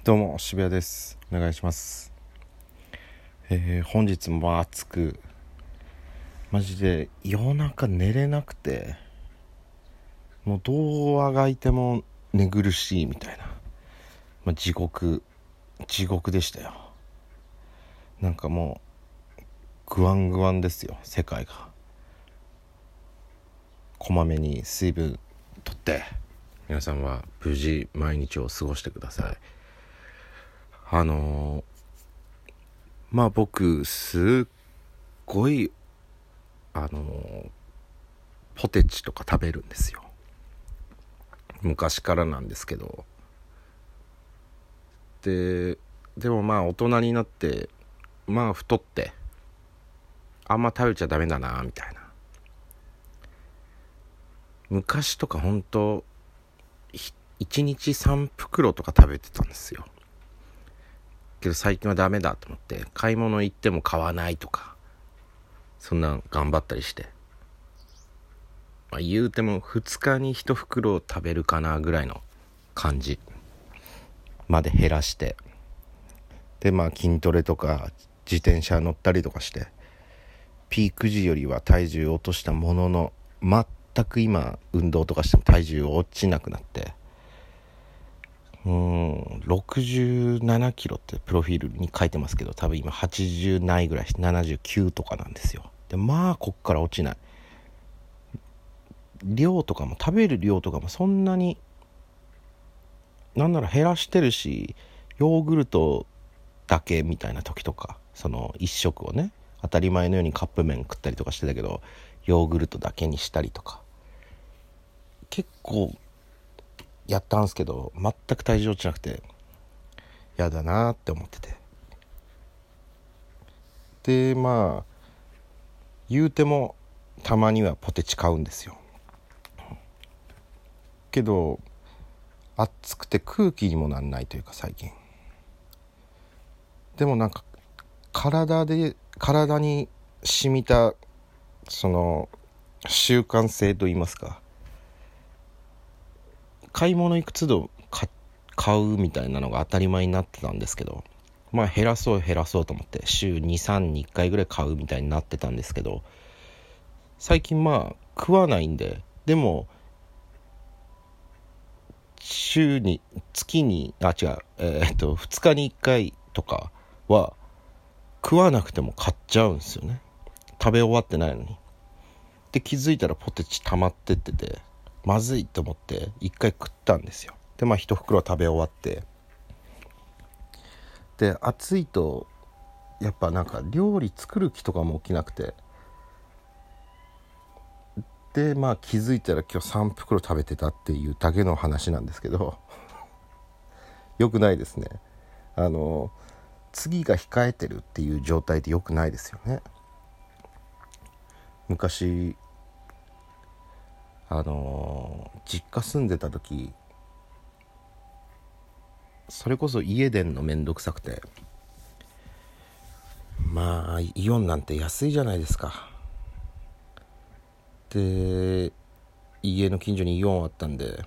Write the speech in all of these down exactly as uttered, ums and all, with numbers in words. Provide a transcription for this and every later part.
どうも渋谷です。お願いします。えー、本日も暑くマジで夜中寝れなくて、もうどうあがいても寝苦しいみたいな、まあ、地獄地獄でしたよ。なんかもうグワングワンですよ、世界が。こまめに水分とって皆さんは無事毎日を過ごしてください。あのー、まあ僕すっごいあのー、ポテチとか食べるんですよ。昔からなんですけど、ででもまあ大人になってまあ太ってあんま食べちゃダメだなみたいな。昔とかほんといちにちさん袋とか食べてたんですよ。けど最近はダメだと思って買い物行っても買わないとか、そんな頑張ったりして、まあ、言うてもふつかにいち袋を食べるかなぐらいの感じまで減らして、でまあ筋トレとか自転車乗ったりとかしてピーク時よりは体重を落としたものの、全く今運動とかしても体重落ちなくなって、うーんろくじゅうななキロってプロフィールに書いてますけど、多分今はちじゅうないぐらい、ななじゅうきゅうとかなんですよ。でまあこっから落ちない。量とかも食べる量とかもそんなに、なんなら減らしてるし、ヨーグルトだけみたいな時とか、その一食をね当たり前のようにカップ麺食ったりとかしてたけど、ヨーグルトだけにしたりとか結構やったんすけど、全く体重落ちなくてやだなって思ってて、でまあ言うてもたまにはポテチ買うんですよ。けど暑くて空気にもなんないというか、最近でもなんか体で体に染みたその習慣性といいますか、買い物行く都度買うみたいなのが当たり前になってたんですけど、まあ減らそう減らそうと思って週に、さんにいっかいぐらい買うみたいになってたんですけど、最近まあ食わないんで、でも週に月にあ違うえー、っとふつかにいっかいとかは食わなくても買っちゃうんですよね。食べ終わってないのに。で気づいたらポテチ溜まってってて、まずいと思って一回食ったんですよ。でまあ一袋食べ終わって、で暑いとやっぱなんか料理作る気とかも起きなくて、でまあ気づいたら今日さん袋食べてたっていうだけの話なんですけどよくないですね。あの次が控えてるっていう状態でよくないですよね。昔あの実家住んでた時、それこそ家出んのめんどくさくて、まあイオンなんて安いじゃないですか。で家の近所にイオンあったんで、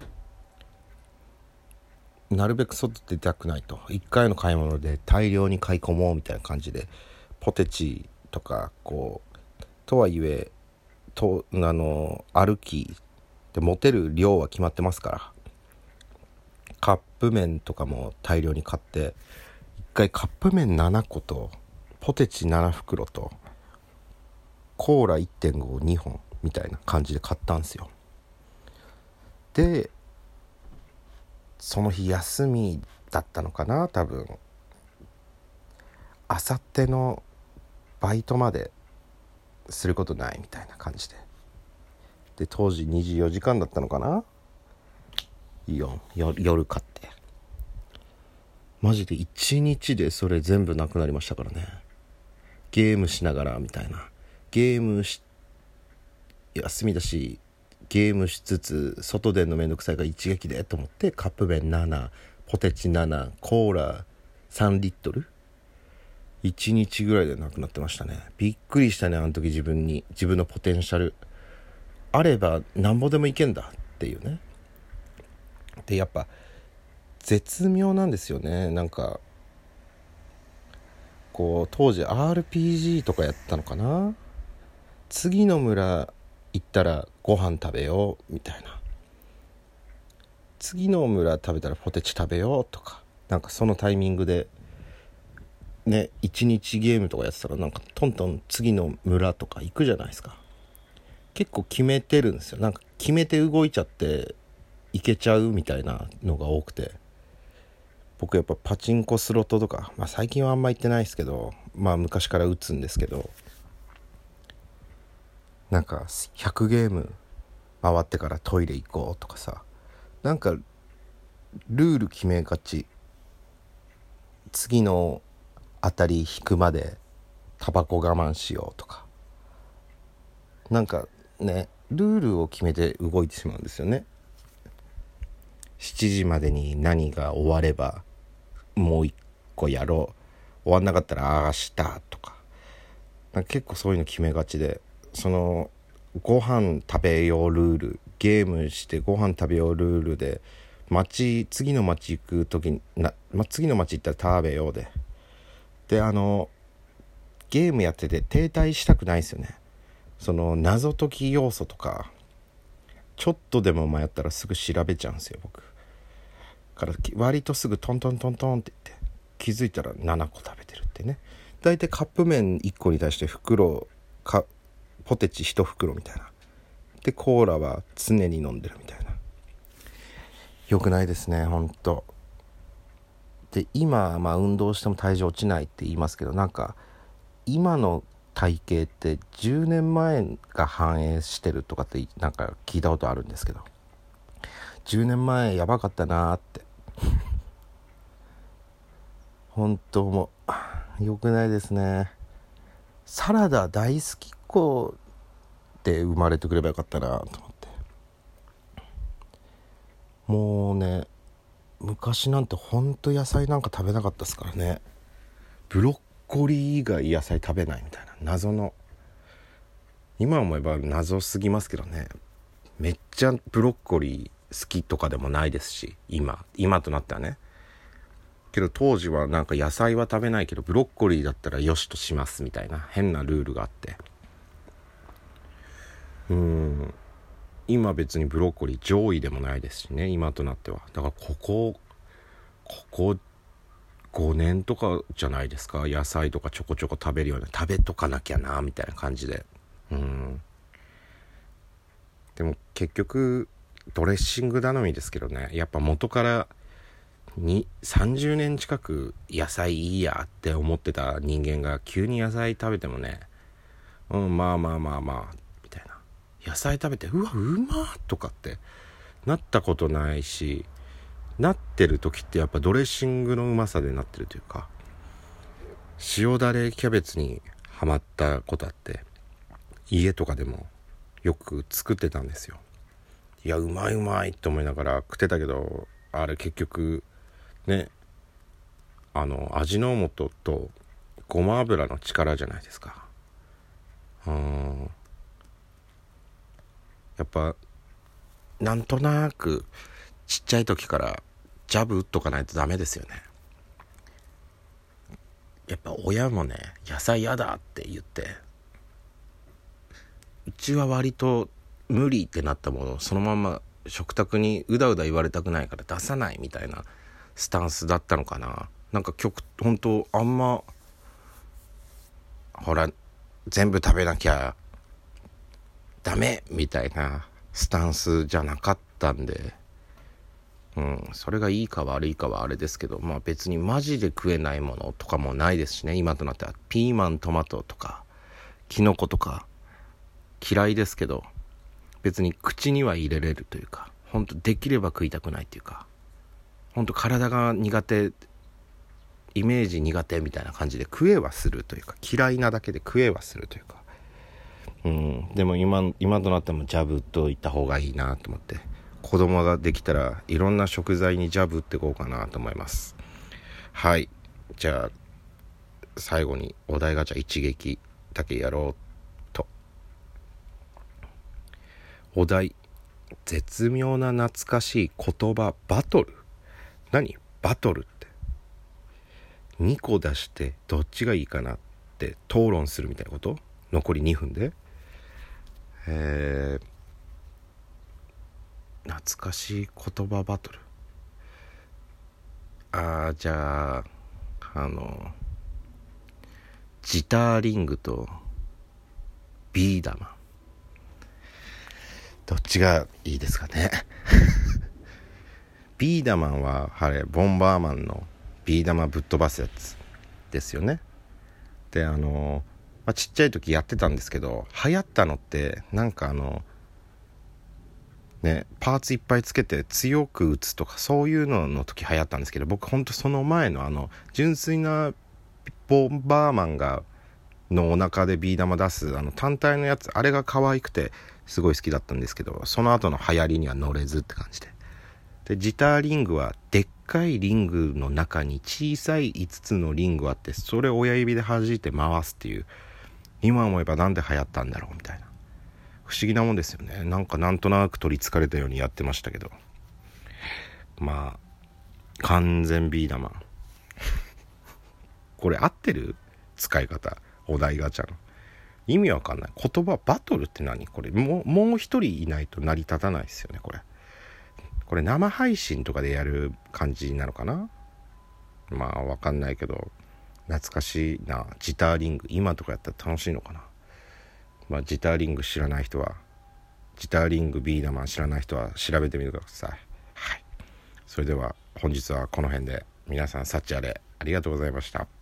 なるべく外出たくないと、いっかいの買い物で大量に買い込もうみたいな感じで、ポテチとかこうとはいえとあの歩きで持てる量は決まってますから、カップ麺とかも大量に買って、いっかいカップ麺ななことポテチなな袋とコーラ いってんご にほんみたいな感じで買ったんですよ。でその日休みだったのかな、多分あさってのバイトまですることないみたいな感じで、で当時にじゅうよじかんだったのかな、イオンよ夜買って、マジでいちにちでそれ全部なくなりましたからね。ゲームしながらみたいな、ゲームし休みだしゲームしつつ外出んのめんどくさいから一撃でと思ってカップ麺なな、ポテチなな、コーラさんリットルいちにちぐらいでなくなってましたね。びっくりしたね、あの時自分に。自分のポテンシャルあればなんぼでもいけんだっていうね。でやっぱ絶妙なんですよね。なんかこう当時 アールピージー とかやったのかな。次の村行ったらご飯食べようみたいな、次の村食べたらポテチ食べようとか、なんかそのタイミングでね、一日ゲームとかやってたらなんかトントン次の村とか行くじゃないですか。結構決めてるんですよ。なんか決めて動いちゃって行けちゃうみたいなのが多くて、僕やっぱパチンコスロットとか、まあ最近はあんま行ってないですけど、まあ昔から打つんですけど、なんかひゃくゲーム回ってからトイレ行こうとかさ、なんかルール決めがち。次の当たり引くまでタバコ我慢しようとか、なんかねルールを決めて動いてしまうんですよね。しちじまでに何が終わればもう一個やろう、終わんなかったら明日とか、なんか結構そういうの決めがちで、そのご飯食べようルール、ゲームしてご飯食べようルールで町次の町行く時にな、ま、次の町行ったら食べようでであのゲームやってて停滞したくないですよね。その謎解き要素とかちょっとでも迷ったらすぐ調べちゃうんですよ僕から。割とすぐトントントントンって言って気づいたらななこ食べてるってね。だいたいカップ麺いっこに対して袋かポテチいち袋みたいなで、コーラは常に飲んでるみたいな。良くないですねほんと。で今、まあ、運動しても体重落ちないって言いますけど、なんか今の体型ってじゅうねんまえが反映してるとかってなんか聞いたことあるんですけど、じゅうねんまえやばかったなーって本当もう良くないですね。サラダ大好きっ子で生まれてくればよかったなと思って。もうね昔なんてほんと野菜なんか食べなかったですからね。ブロッコリー以外野菜食べないみたいな謎の、今思えば謎すぎますけどね。めっちゃブロッコリー好きとかでもないですし、今今となってはね。けど当時はなんか野菜は食べないけどブロッコリーだったらよしとしますみたいな変なルールがあって、うーん今別にブロッコリー上位でもないですしね今となっては。だからここここごねんとかじゃないですか、野菜とかちょこちょこ食べるような、食べとかなきゃなみたいな感じで。うんでも結局ドレッシング頼みですけどね、やっぱ元からにさんじゅうねん近く野菜いいやって思ってた人間が急に野菜食べてもね、うんまあまあまあまあみたいな、野菜食べてうわうまっとかってなったことないし、なってる時ってやっぱドレッシングのうまさでなってるというか、塩だれキャベツにハマったことあって、家とかでもよく作ってたんですよ。いやうまいうまいと思いながら食ってたけど、あれ結局ね、あの味の素とごま油の力じゃないですか。うーんやっぱなんとなくちっちゃい時からジャブ打っとかないとダメですよね。やっぱ親もね野菜やだって言って、うちは割と無理ってなったものをそのまま食卓にうだうだ言われたくないから出さないみたいなスタンスだったのかな。なんか極本当あんまほら全部食べなきゃダメみたいなスタンスじゃなかったんで、うん、それがいいか悪いかはあれですけど、まあ別にマジで食えないものとかもないですしね。今となってはピーマントマトとかキノコとか嫌いですけど、別に口には入れれるというか、本当できれば食いたくないというか、本当体が苦手、イメージ苦手みたいな感じで食えはするというか、嫌いなだけで食えはするというか、うん、でも今今となってもジャブといった方がいいなと思って、子供ができたらいろんな食材にジャブっていこうかなと思います。はい、じゃあ最後にお題ガチャ一撃だけやろうと。お題、絶妙な懐かしい言葉バトル何バトルってにこ出してどっちがいいかなって討論するみたいなこと？残りにふんで。えー、懐かしい言葉バトル。あーじゃああのジターリングとビー玉、どっちがいいですかね。ビーダマンはあれボンバーマンのビー玉ぶっ飛ばすやつですよね。であの、まあ、ちっちゃい時やってたんですけど、流行ったのってなんかあのねパーツいっぱいつけて強く打つとかそういうのの時流行ったんですけど、僕ほんとその前のあの純粋なボンバーマンがのお腹でビー玉出すあの単体のやつ、あれが可愛くてすごい好きだったんですけど、その後の流行りには乗れずって感じで。でジターリングはでっかいリングの中に小さいいつつのリングあって、それを親指で弾いて回すっていう、今思えばなんで流行ったんだろうみたいな、不思議なもんですよね。なんかなんとなく取りつかれたようにやってましたけど、まあ完全ビー玉これ合ってる？使い方、お題ガチャの意味わかんない。言葉バトルって何？これもうもう一人いないと成り立たないですよね。これこれ生配信とかでやる感じなのかな。まあわかんないけど懐かしいな。ジターリング今とかやったら楽しいのかな。まあジターリング知らない人は、ジターリングビーダマン知らない人は調べてみてください。はい、それでは本日はこの辺で、皆さん幸あれありがとうございました。